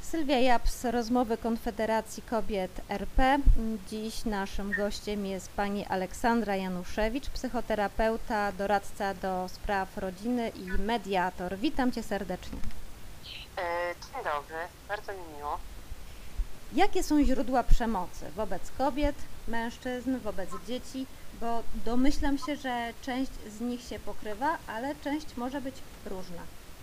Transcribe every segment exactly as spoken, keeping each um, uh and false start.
Sylwia Japs, rozmowy Konfederacji Kobiet R P. Dziś naszym gościem jest pani Aleksandra Januszewicz, psychoterapeuta, doradca do spraw rodziny i mediator. Witam cię serdecznie. Dzień dobry, bardzo mi miło. Jakie są źródła przemocy wobec kobiet, mężczyzn, wobec dzieci? Bo domyślam się, że część z nich się pokrywa, ale część może być różna.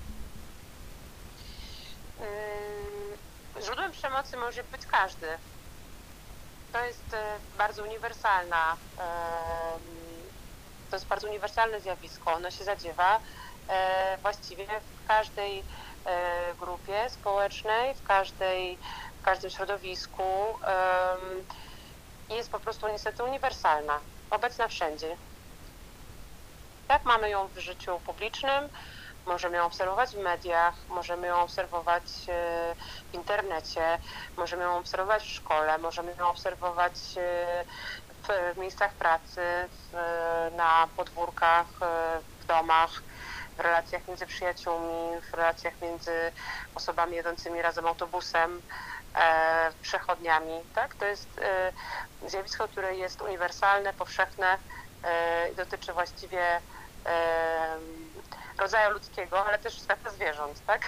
Źródłem przemocy może być każdy. To jest bardzo uniwersalna, to jest bardzo uniwersalne zjawisko. Ono się zadziewa właściwie w każdej grupie społecznej, w każdej, w każdym środowisku. Jest po prostu niestety uniwersalna, obecna wszędzie. Tak, mamy ją w życiu publicznym, możemy ją obserwować w mediach, możemy ją obserwować w internecie, możemy ją obserwować w szkole, możemy ją obserwować w miejscach pracy, na podwórkach, w domach, w relacjach między przyjaciółmi, w relacjach między osobami jadącymi razem autobusem, przechodniami. Tak? To jest zjawisko, które jest uniwersalne, powszechne i dotyczy właściwie rodzaju ludzkiego, ale też świata zwierząt, tak?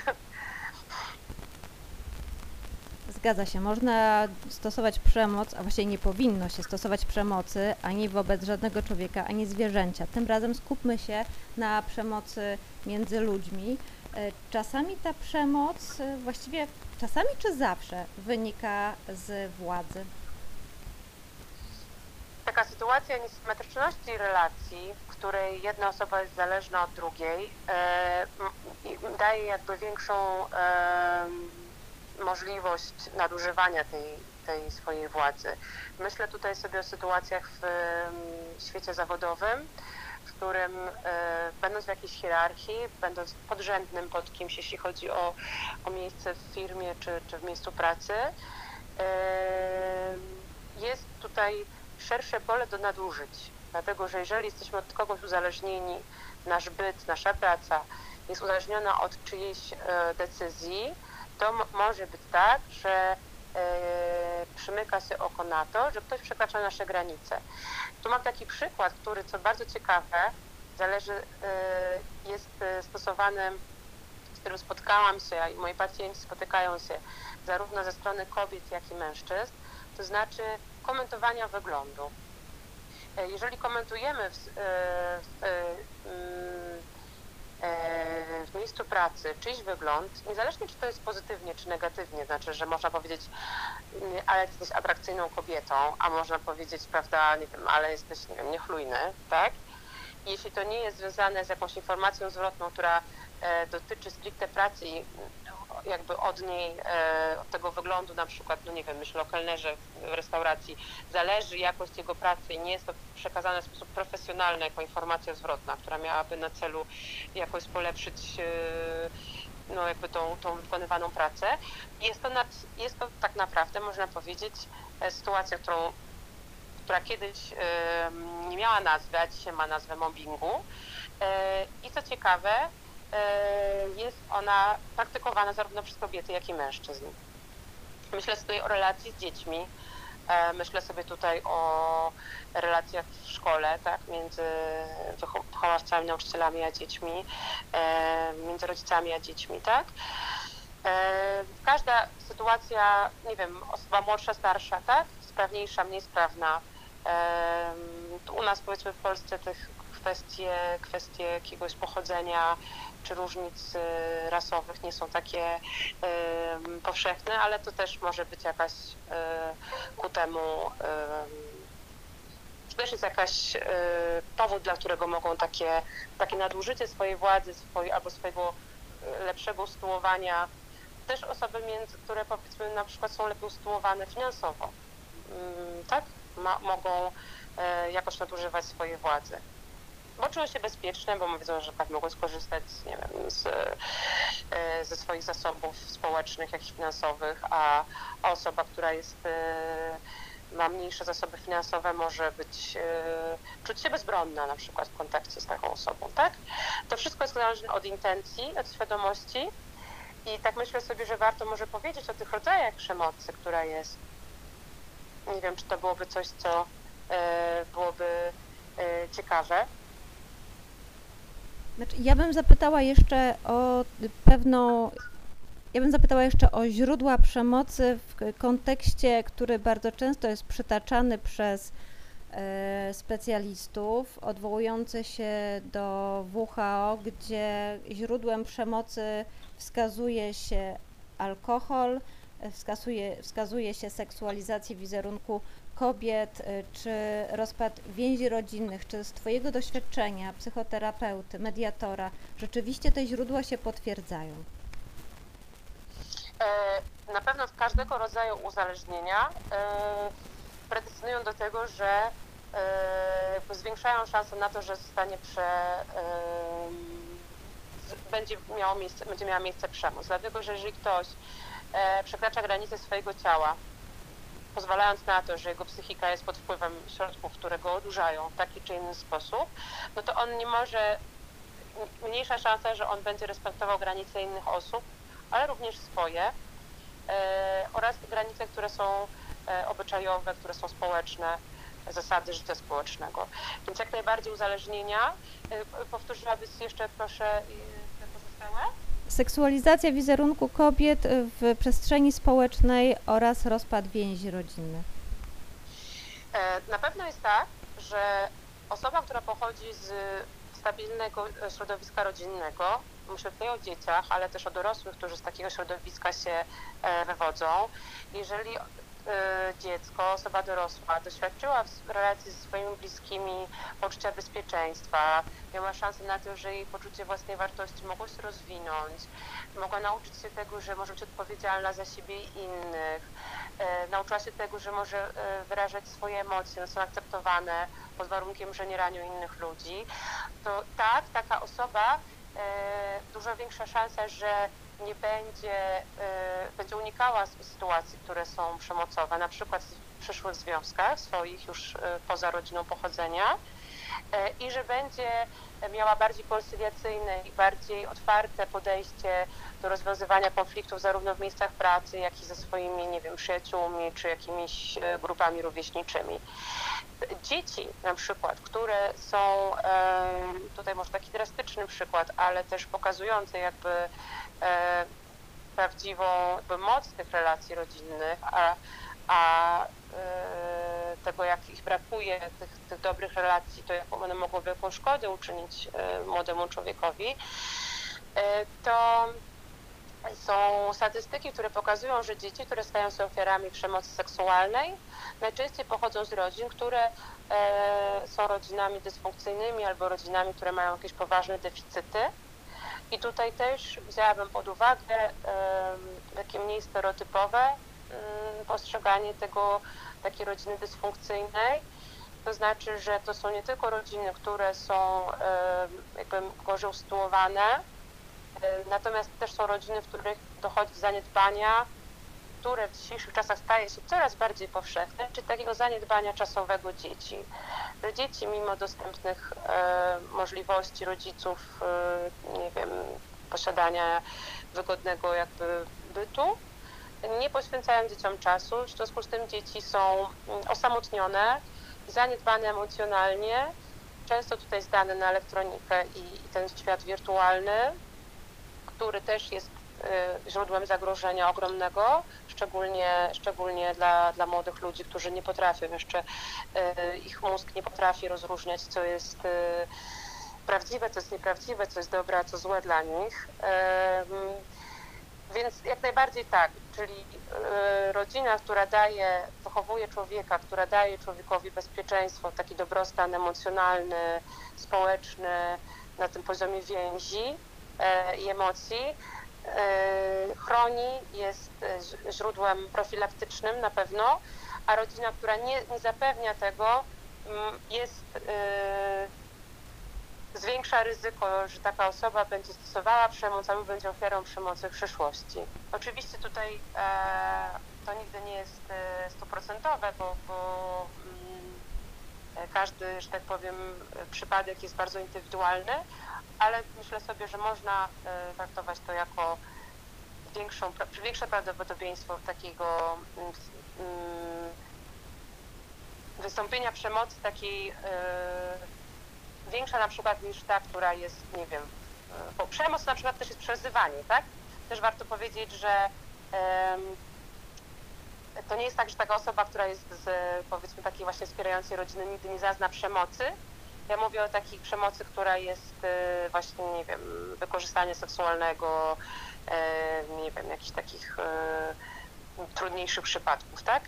Zgadza się, można stosować przemoc, a właściwie nie powinno się stosować przemocy ani wobec żadnego człowieka, ani zwierzęcia. Tym razem skupmy się na przemocy między ludźmi. Czasami ta przemoc, właściwie czasami czy zawsze, wynika z władzy? Taka sytuacja niesymetryczności relacji, w której jedna osoba jest zależna od drugiej, e, daje jakby większą e, możliwość nadużywania tej, tej swojej władzy. Myślę tutaj sobie o sytuacjach w e, świecie zawodowym, w którym e, będąc w jakiejś hierarchii, będąc podrzędnym pod kimś, jeśli chodzi o, o miejsce w firmie czy, czy w miejscu pracy, e, jest tutaj szersze pole do nadużyć, dlatego że jeżeli jesteśmy od kogoś uzależnieni, nasz byt, nasza praca jest uzależniona od czyjejś e, decyzji, to m- może być tak, że e, przymyka się oko na to, że ktoś przekracza nasze granice. Tu mam taki przykład, który, co bardzo ciekawe, zależy, e, jest stosowany, z którym spotkałam się i moi pacjenci spotykają się zarówno ze strony kobiet, jak i mężczyzn, to znaczy komentowania wyglądu. Jeżeli komentujemy w, w, w, w miejscu pracy czyjś wygląd, niezależnie czy to jest pozytywnie, czy negatywnie, znaczy, że można powiedzieć, ale jesteś atrakcyjną kobietą, a można powiedzieć, prawda, nie wiem, ale jesteś, nie wiem, niechlujny, tak? I jeśli to nie jest związane z jakąś informacją zwrotną, która e, dotyczy stricte pracy i jakby od niej, e, od tego wyglądu na przykład, no nie wiem, myślę o kelnerze w restauracji, zależy jakość jego pracy i nie jest to przekazane w sposób profesjonalny jako informacja zwrotna, która miałaby na celu jakoś polepszyć e, no jakby tą, tą wykonywaną pracę. Jest to, nad, jest to tak naprawdę, można powiedzieć, sytuacja, którą, która kiedyś e, nie miała nazwy, a dzisiaj ma nazwę mobbingu. E, I co ciekawe, jest ona praktykowana zarówno przez kobiety, jak i mężczyzn. Myślę sobie o relacji z dziećmi, myślę sobie tutaj o relacjach w szkole, tak, między wychowawcami, nauczycielami a dziećmi, między rodzicami a dziećmi, tak. Każda sytuacja, nie wiem, osoba młodsza, starsza, tak, sprawniejsza, mniej sprawna. U nas, powiedzmy, w Polsce tych kwestie, kwestie jakiegoś pochodzenia czy różnic rasowych nie są takie y, powszechne, ale to też może być jakaś y, ku temu, y, to też jest jakaś y, powód, dla którego mogą takie, takie nadużycie swojej władzy swojej, albo swojego lepszego usytuowania, też osoby, między, które powiedzmy na przykład są lepiej usytuowane finansowo, y, tak, Ma, mogą y, jakoś nadużywać swojej władzy. Bo czują się bezpieczne, bo wiedzą, że tak mogą skorzystać, nie wiem, z, ze swoich zasobów społecznych, jakichś finansowych, a, a osoba, która jest, ma mniejsze zasoby finansowe, może być, czuć się bezbronna na przykład w kontakcie z taką osobą, tak? To wszystko jest zależne od intencji, od świadomości I tak myślę sobie, że warto może powiedzieć o tych rodzajach przemocy, która jest. Nie wiem, czy to byłoby coś, co e, byłoby e, ciekawe. Znaczy, ja bym zapytała jeszcze o pewną, ja bym zapytała jeszcze o źródła przemocy w kontekście, który bardzo często jest przytaczany przez e, specjalistów, odwołujący się do W H O, gdzie źródłem przemocy wskazuje się alkohol, wskazuje, wskazuje się seksualizację wizerunku kobiet, czy rozpad więzi rodzinnych, czy z Twojego doświadczenia, psychoterapeuty, mediatora, rzeczywiście te źródła się potwierdzają? Na pewno w każdego rodzaju uzależnienia predestynują do tego, że zwiększają szanse na to, że zostanie prze, będzie, miało miejsce, będzie miała miejsce przemoc. Dlatego, że jeżeli ktoś przekracza granice swojego ciała, pozwalając na to, że jego psychika jest pod wpływem środków, które go odurzają w taki czy inny sposób, no to on nie może, mniejsza szansa, że on będzie respektował granice innych osób, ale również swoje e, oraz granice, które są e, obyczajowe, które są społeczne, zasady życia społecznego. Więc jak najbardziej uzależnienia. E, powtórzyłabyś jeszcze proszę te pozostałe? Seksualizacja wizerunku kobiet w przestrzeni społecznej oraz rozpad więzi rodzinnych. Na pewno jest tak, że osoba, która pochodzi z stabilnego środowiska rodzinnego, myślę tutaj o dzieciach, ale też o dorosłych, którzy z takiego środowiska się wywodzą, jeżeli dziecko, osoba dorosła doświadczyła w relacji ze swoimi bliskimi poczucia bezpieczeństwa, miała szansę na to, że jej poczucie własnej wartości mogło się rozwinąć, mogła nauczyć się tego, że może być odpowiedzialna za siebie i innych, e, nauczyła się tego, że może e, wyrażać swoje emocje, one są akceptowane pod warunkiem, że nie ranią innych ludzi, to tak, taka osoba e, dużo większa szansa, że nie będzie, y, będzie unikała sytuacji, które są przemocowe, na przykład w przyszłych związkach swoich już y, poza rodziną pochodzenia y, i że będzie miała bardziej koncyliacyjne i bardziej otwarte podejście do rozwiązywania konfliktów zarówno w miejscach pracy, jak i ze swoimi, nie wiem, przyjaciółmi czy jakimiś y, grupami rówieśniczymi. Dzieci na przykład, które są, y, tutaj może taki drastyczny przykład, ale też pokazujący jakby E, prawdziwą jakby moc tych relacji rodzinnych, a, a e, tego, jak ich brakuje, tych, tych dobrych relacji, to jak one mogą wielką szkodę uczynić e, młodemu człowiekowi, e, to są statystyki, które pokazują, że dzieci, które stają się ofiarami przemocy seksualnej, najczęściej pochodzą z rodzin, które e, są rodzinami dysfunkcyjnymi albo rodzinami, które mają jakieś poważne deficyty. I tutaj też wzięłabym pod uwagę um, takie mniej stereotypowe um, postrzeganie tego, takiej rodziny dysfunkcyjnej. To znaczy, że to są nie tylko rodziny, które są um, jakby gorzej usytuowane, um, natomiast też są rodziny, w których dochodzi zaniedbania, które w dzisiejszych czasach staje się coraz bardziej powszechne, czy takiego zaniedbania czasowego dzieci. Że dzieci mimo dostępnych e, możliwości rodziców, e, nie wiem, posiadania wygodnego jakby bytu, nie poświęcają dzieciom czasu, w związku z tym dzieci są osamotnione, zaniedbane emocjonalnie, często tutaj zdane na elektronikę i, i ten świat wirtualny, który też jest źródłem zagrożenia ogromnego, szczególnie, szczególnie dla, dla młodych ludzi, którzy nie potrafią jeszcze, ich mózg nie potrafi rozróżniać, co jest prawdziwe, co jest nieprawdziwe, co jest dobre, a co złe dla nich. Więc jak najbardziej tak, czyli rodzina, która daje, wychowuje człowieka, która daje człowiekowi bezpieczeństwo, taki dobrostan emocjonalny, społeczny, na tym poziomie więzi i emocji, chroni, jest źródłem profilaktycznym na pewno, a rodzina, która nie, nie zapewnia tego, jest, zwiększa ryzyko, że taka osoba będzie stosowała przemoc albo będzie ofiarą przemocy w przyszłości. Oczywiście tutaj to nigdy nie jest stuprocentowe, bo, bo każdy, że tak powiem, przypadek jest bardzo indywidualny, ale myślę sobie, że można traktować to jako większą, większe prawdopodobieństwo takiego wystąpienia przemocy takiej większa na przykład niż ta, która jest, nie wiem, bo przemoc na przykład też jest przezywanie, tak? Też warto powiedzieć, że to nie jest tak, że taka osoba, która jest z, powiedzmy, takiej właśnie wspierającej rodziny, nigdy nie zazna przemocy. Ja mówię o takiej przemocy, która jest właśnie, nie wiem, wykorzystania seksualnego, nie wiem, jakichś takich trudniejszych przypadków, tak?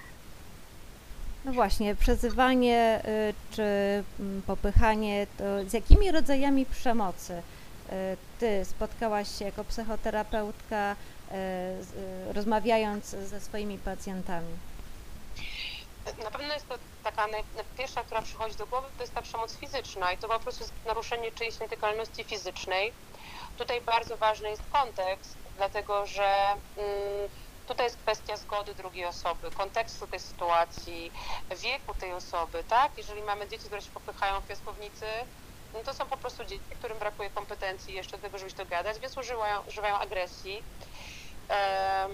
No właśnie, przezywanie y, czy mm, popychanie, to z jakimi rodzajami przemocy y, ty spotkałaś się jako psychoterapeutka, y, z, y, rozmawiając ze swoimi pacjentami? Na pewno jest to taka naj, pierwsza, która przychodzi do głowy, to jest ta przemoc fizyczna i to po prostu jest naruszenie czyjejś nietykalności fizycznej. Tutaj bardzo ważny jest kontekst, dlatego że mm, tutaj jest kwestia zgody drugiej osoby, kontekstu tej sytuacji, wieku tej osoby, tak? Jeżeli mamy dzieci, które się popychają w piaskownicy, no to są po prostu dzieci, którym brakuje kompetencji jeszcze do tego, żeby się dogadać, więc używają, używają agresji. Um,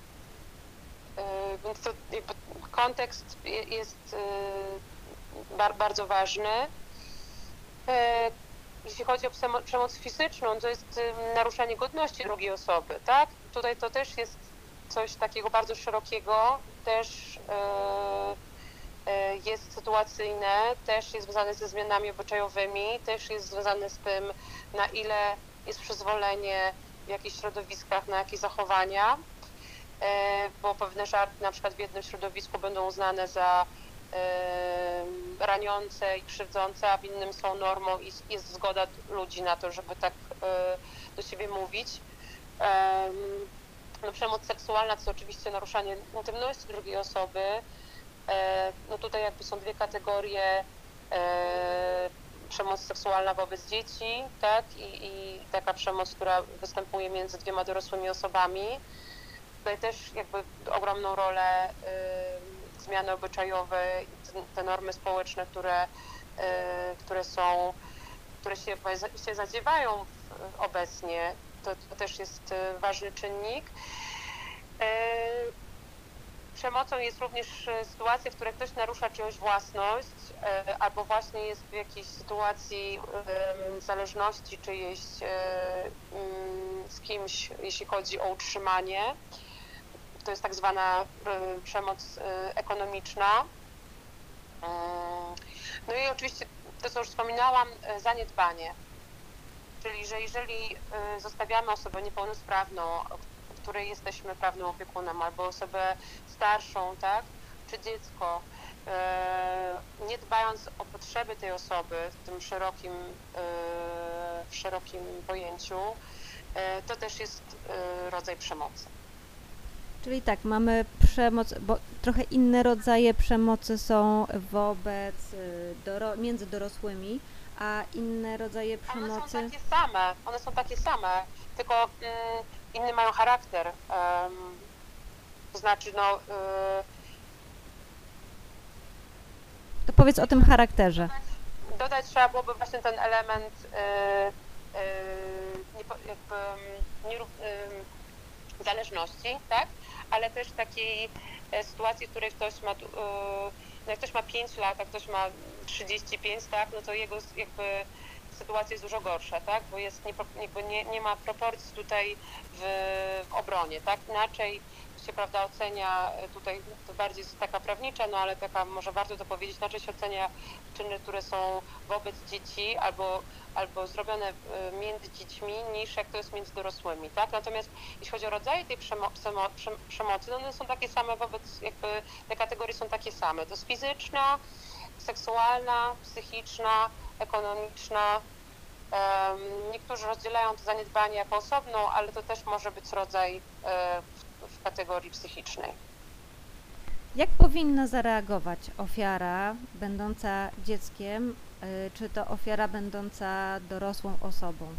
Więc to jakby kontekst jest bardzo ważny. Jeśli chodzi o przemoc fizyczną, to jest naruszanie godności drugiej osoby, tak? Tutaj to też jest coś takiego bardzo szerokiego, też jest sytuacyjne, też jest związane ze zmianami obyczajowymi, też jest związane z tym, na ile jest przyzwolenie w jakichś środowiskach na jakieś zachowania, bo pewne żarty na przykład w jednym środowisku będą uznane za raniące i krzywdzące, a w innym są normą i jest zgoda ludzi na to, żeby tak do siebie mówić. No, przemoc seksualna to jest oczywiście naruszanie intymności drugiej osoby. No tutaj jakby są dwie kategorie. Przemoc seksualna wobec dzieci, tak? I, i taka przemoc, która występuje między dwiema dorosłymi osobami. Tutaj też jakby ogromną rolę y, zmiany obyczajowe, te normy społeczne, które, y, które są, które się, się zadziewają obecnie, to, to też jest ważny czynnik. Y, Przemocą jest również sytuacja, w której ktoś narusza czyjąś własność albo właśnie jest w jakiejś sytuacji zależności czyjejś z kimś, jeśli chodzi o utrzymanie. To jest tak zwana przemoc ekonomiczna. No i oczywiście to, co już wspominałam, zaniedbanie. Czyli, że jeżeli zostawiamy osobę niepełnosprawną, której jesteśmy prawnym opiekunem, albo osobę starszą, tak, czy dziecko, nie dbając o potrzeby tej osoby w tym szerokim, w szerokim pojęciu, to też jest rodzaj przemocy. Czyli tak, mamy przemoc, bo trochę inne rodzaje przemocy są wobec, doro, między dorosłymi, a inne rodzaje przemocy... One są takie same, one są takie same, tylko mm, inny mają charakter, um, to znaczy no... Y, to powiedz o tym charakterze. Dodać, dodać trzeba byłoby właśnie ten element y, y, nie, jakby, nie, y, zależności, tak? Ale też takiej sytuacji, w której ktoś ma, y, jak ktoś ma pięć lat, a ktoś ma trzydzieści pięć, tak? No to jego jakby sytuacja jest dużo gorsza, tak? Bo jest nie, jakby nie, nie ma proporcji tutaj w, w obronie, tak? Inaczej się, prawda, ocenia, tutaj to bardziej jest taka prawnicza, no ale taka, może warto to powiedzieć, inaczej się ocenia czyny, które są wobec dzieci albo, albo zrobione między dziećmi, niż jak to jest między dorosłymi, tak? Natomiast jeśli chodzi o rodzaje tej przemo przemo przemocy, no one są takie same wobec, jakby te kategorie są takie same. To jest fizyczna, seksualna, psychiczna, ekonomiczna. Um, niektórzy rozdzielają to zaniedbanie jako osobną, ale to też może być rodzaj e, w, w kategorii psychicznej. Jak powinna zareagować ofiara będąca dzieckiem, y, czy to ofiara będąca dorosłą osobą?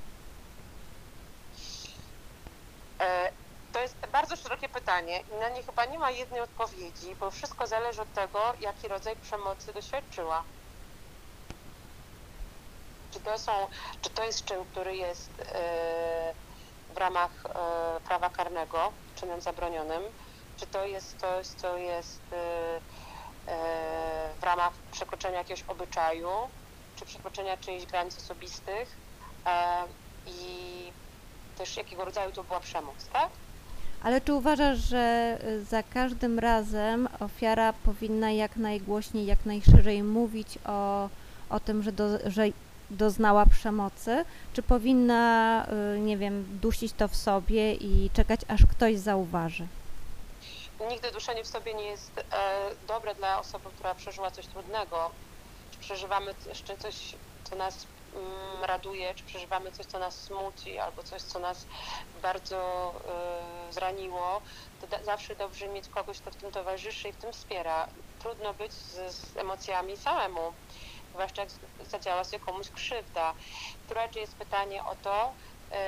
E, to jest bardzo szerokie pytanie i na nie chyba nie ma jednej odpowiedzi, bo wszystko zależy od tego, jaki rodzaj przemocy doświadczyła. Czy to są, czy to jest czyn, który jest e, w ramach e, prawa karnego, czynem zabronionym, czy to jest coś, co jest e, e, w ramach przekroczenia jakiegoś obyczaju, czy przekroczenia czyichś granic osobistych e, i też jakiego rodzaju to była przemoc, tak? Ale czy uważasz, że y, za każdym razem ofiara powinna jak najgłośniej, jak najszerzej mówić o, o tym, że, do, że doznała przemocy, czy powinna, y, nie wiem, dusić to w sobie i czekać, aż ktoś zauważy? Nigdy duszenie w sobie nie jest e, dobre dla osoby, która przeżyła coś trudnego. Czy przeżywamy jeszcze coś, co nas mm, raduje, czy przeżywamy coś, co nas smuci, albo coś, co nas bardzo e, zraniło, to da, zawsze dobrze mieć kogoś, kto w tym towarzyszy i w tym wspiera. Trudno być z, z emocjami samemu, zwłaszcza jak zadziała się komuś krzywda. Tu raczej jest pytanie o to, e,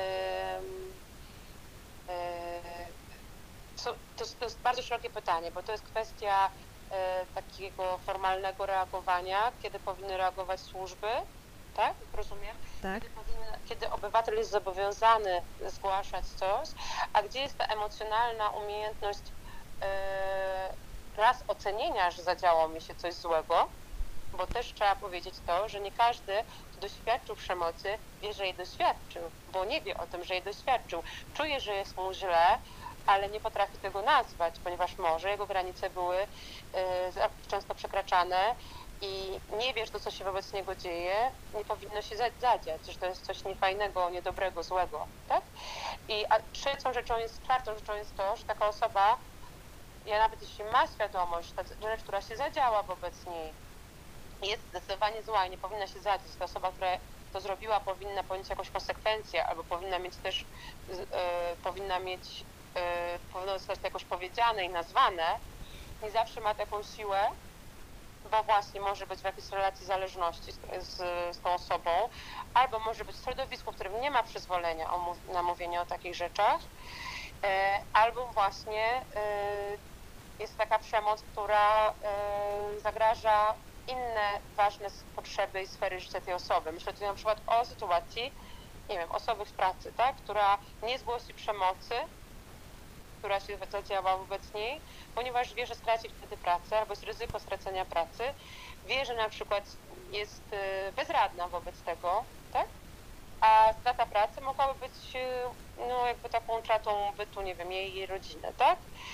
e, co, to, to jest bardzo szerokie pytanie, bo to jest kwestia e, takiego formalnego reagowania, kiedy powinny reagować służby, tak? Rozumiem? Tak? Kiedy, powinny, kiedy obywatel jest zobowiązany zgłaszać coś, a gdzie jest ta emocjonalna umiejętność e, raz ocenienia, że zadziało mi się coś złego, bo też trzeba powiedzieć to, że nie każdy, kto doświadczył przemocy, wie, że jej doświadczył, bo nie wie o tym, że jej doświadczył. Czuje, że jest mu źle, ale nie potrafi tego nazwać, ponieważ może jego granice były y, często przekraczane i nie wiesz, to co się wobec niego dzieje, nie powinno się zadziać, że to jest coś niefajnego, niedobrego, złego, tak? I a trzecią rzeczą jest, czwartą rzeczą jest to, że taka osoba, ja nawet jeśli ma świadomość, ta rzecz, która się zadziała wobec niej, jest zdecydowanie zła i nie powinna się zadziać, ta osoba, która to zrobiła, powinna ponieść jakąś konsekwencję, albo powinna mieć też, y, powinna mieć powinno zostać to jakoś powiedziane i nazwane, nie zawsze ma taką siłę, bo właśnie może być w jakiejś relacji zależności z, z, z tą osobą, albo może być w środowisku, w którym nie ma przyzwolenia o, na mówienie o takich rzeczach, e, albo właśnie e, jest taka przemoc, która e, zagraża inne ważne potrzeby i sfery życia tej osoby. Myślę tutaj na przykład o sytuacji, nie wiem, osoby w pracy, tak, która nie zgłosi przemocy, która się zadziała wobec niej, ponieważ wie, że straci wtedy pracę, albo jest ryzyko stracenia pracy, wie, że na przykład jest bezradna wobec tego, tak? A strata pracy mogłaby być no, jakby taką utratą bytu, nie wiem, jej, jej rodziny, tak?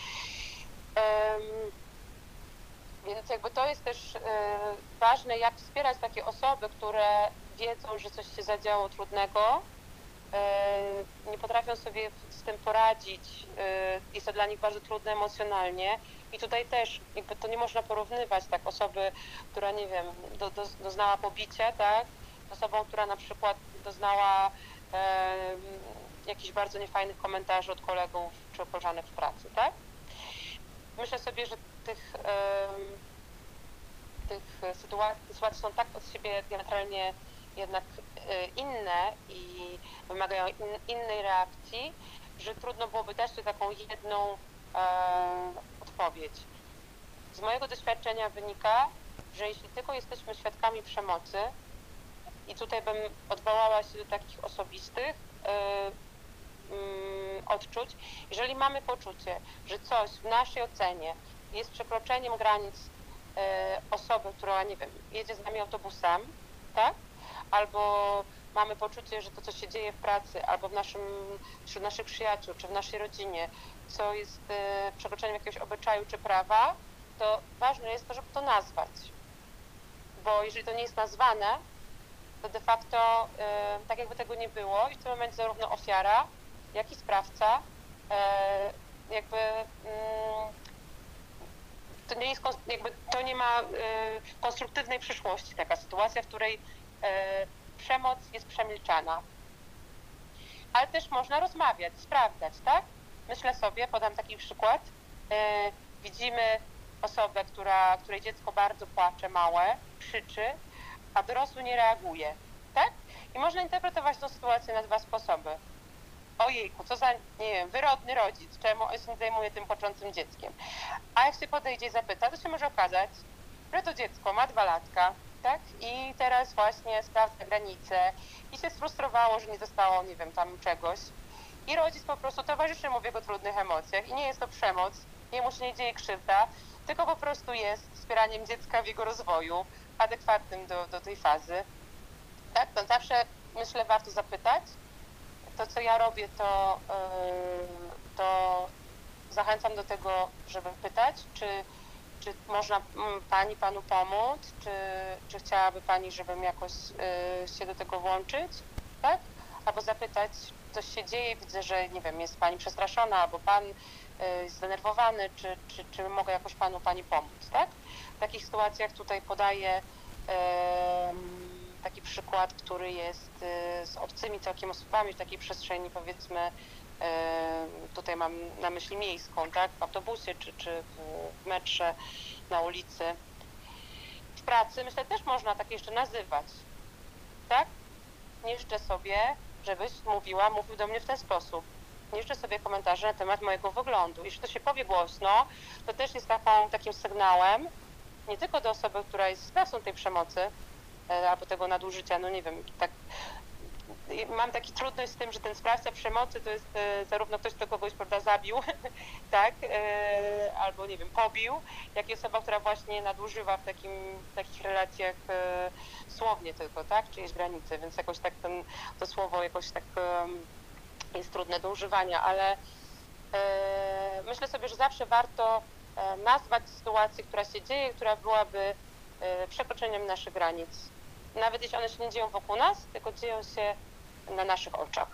Um, więc jakby to jest też y, ważne, jak wspierać takie osoby, które wiedzą, że coś się zadziało trudnego, y, nie potrafią sobie z tym poradzić, y, jest to dla nich bardzo trudne emocjonalnie i tutaj też jakby to nie można porównywać tak osoby, która nie wiem, do, do, doznała pobicia, tak, z osobą, która na przykład doznała y, jakichś bardzo niefajnych komentarzy od kolegów czy koleżanek w pracy, tak. Myślę sobie, że tych, um, tych sytuacji, sytuacji są tak od siebie diametralnie jednak inne i wymagają in, innej reakcji, że trudno byłoby dać tu taką jedną um, odpowiedź. Z mojego doświadczenia wynika, że jeśli tylko jesteśmy świadkami przemocy i tutaj bym odwołała się do takich osobistych um, um, odczuć, jeżeli mamy poczucie, że coś w naszej ocenie jest przekroczeniem granic e, osoby, która, nie wiem, jedzie z nami autobusem, tak? Albo mamy poczucie, że to, co się dzieje w pracy, albo w naszym, wśród naszych przyjaciół, czy w naszej rodzinie, co jest e, przekroczeniem jakiegoś obyczaju czy prawa, to ważne jest to, żeby to nazwać. Bo jeżeli to nie jest nazwane, to de facto e, tak jakby tego nie było i w tym momencie zarówno ofiara, jak i sprawca e, jakby mm, to nie jest, jakby to nie ma e, konstruktywnej przyszłości, taka sytuacja, w której e, przemoc jest przemilczana. Ale też można rozmawiać, sprawdzać, tak? Myślę sobie, podam taki przykład, e, widzimy osobę, która, której dziecko bardzo płacze, małe, krzyczy, a dorosły nie reaguje, tak? I można interpretować tę sytuację na dwa sposoby. Ojejku, co za, nie wiem, wyrodny rodzic, czemu on się nie zajmuje tym płaczącym dzieckiem. A jak się podejdzie i zapyta, to się może okazać, że to dziecko ma dwa latka, tak? I teraz właśnie sprawdza granice i się sfrustrowało, że nie dostało, nie wiem, tam czegoś. i rodzic po prostu towarzyszy mu w jego trudnych emocjach i nie jest to przemoc, jemu się nie dzieje krzywda, tylko po prostu jest wspieraniem dziecka w jego rozwoju adekwatnym do, do tej fazy. Tak, to zawsze myślę warto zapytać. To, co ja robię, to, yy, to zachęcam do tego, żeby pytać, czy, czy można mm, Pani, Panu pomóc, czy, czy chciałaby Pani, żebym jakoś yy, się do tego włączyć, tak? Albo zapytać, coś się dzieje, widzę, że nie wiem, jest Pani przestraszona, albo Pan yy, jest zdenerwowany, czy, czy, czy mogę jakoś Panu, Pani pomóc, tak? W takich sytuacjach tutaj podaję yy, taki przykład, który jest y, z obcymi całkiem osobami w takiej przestrzeni, powiedzmy, y, tutaj mam na myśli miejską, tak, w autobusie czy, czy w metrze, na ulicy. W pracy, myślę, też można tak jeszcze nazywać, tak? Nie życzę sobie, żebyś mówiła, mówił do mnie w ten sposób. Nie życzę sobie komentarzy na temat mojego wyglądu. Jeśli to się powie głośno, to też jest taką, takim sygnałem, nie tylko do osoby, która jest sprawcą tej przemocy, albo tego nadużycia, no nie wiem, tak. Mam taki trudność z tym, że ten sprawca przemocy to jest e, zarówno ktoś, kto kogoś, prawda, zabił, tak, e, albo nie wiem, pobił, jak i osoba, która właśnie nadużywa w takim, w takich relacjach e, słownie tylko, tak, czyjeś granice, więc jakoś tak ten, to słowo jakoś tak e, jest trudne do używania, ale e, myślę sobie, że zawsze warto e, nazwać sytuację, która się dzieje, która byłaby e, przekroczeniem naszych granic. Nawet jeśli one się nie dzieją wokół nas, tylko dzieją się na naszych oczach.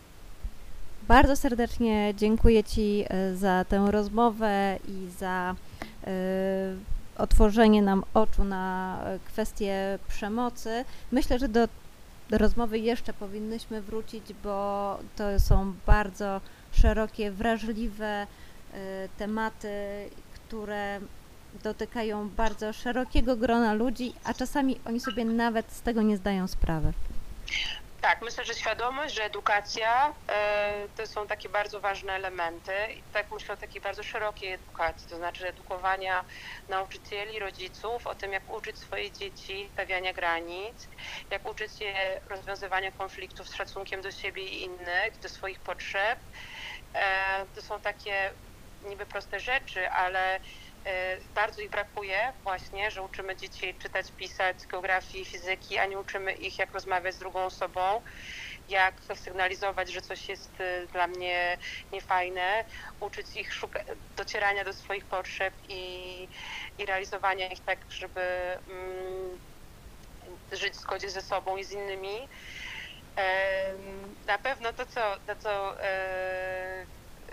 Bardzo serdecznie dziękuję Ci za tę rozmowę i za y, otworzenie nam oczu na kwestię przemocy. Myślę, że do, do rozmowy jeszcze powinnyśmy wrócić, bo to są bardzo szerokie, wrażliwe y, tematy, które dotykają bardzo szerokiego grona ludzi, a czasami oni sobie nawet z tego nie zdają sprawy. Tak, myślę, że świadomość, że edukacja e, to są takie bardzo ważne elementy. I tak myślę o takiej bardzo szerokiej edukacji, to znaczy edukowania nauczycieli, rodziców o tym, jak uczyć swoje dzieci stawiania granic, jak uczyć je rozwiązywania konfliktów z szacunkiem do siebie i innych, do swoich potrzeb. E, to są takie niby proste rzeczy, ale bardzo ich brakuje właśnie, że uczymy dzieci czytać, pisać, geografii, fizyki, a nie uczymy ich, jak rozmawiać z drugą osobą, jak sygnalizować, że coś jest dla mnie niefajne, uczyć ich szuka- docierania do swoich potrzeb i, i realizowania ich tak, żeby mm, żyć w zgodzie ze sobą i z innymi. E, na pewno to, co, to, co e,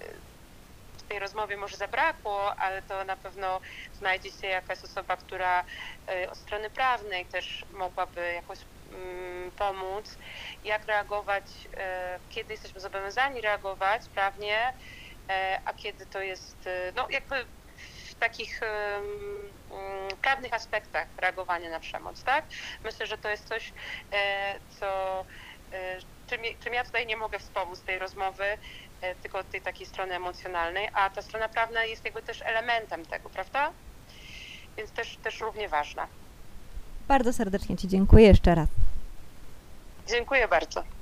w tej rozmowie może zabrakło, ale to na pewno znajdzie się jakaś osoba, która od strony prawnej też mogłaby jakoś pomóc, jak reagować, kiedy jesteśmy zobowiązani reagować prawnie, a kiedy to jest, no jakby w takich prawnych aspektach reagowania na przemoc, tak? Myślę, że to jest coś, co, czym, czym ja tutaj nie mogę wspomóc tej rozmowy, tylko od tej takiej strony emocjonalnej, a ta strona prawna jest jakby też elementem tego, prawda? Więc też, też równie ważna. Bardzo serdecznie Ci dziękuję jeszcze raz. Dziękuję bardzo.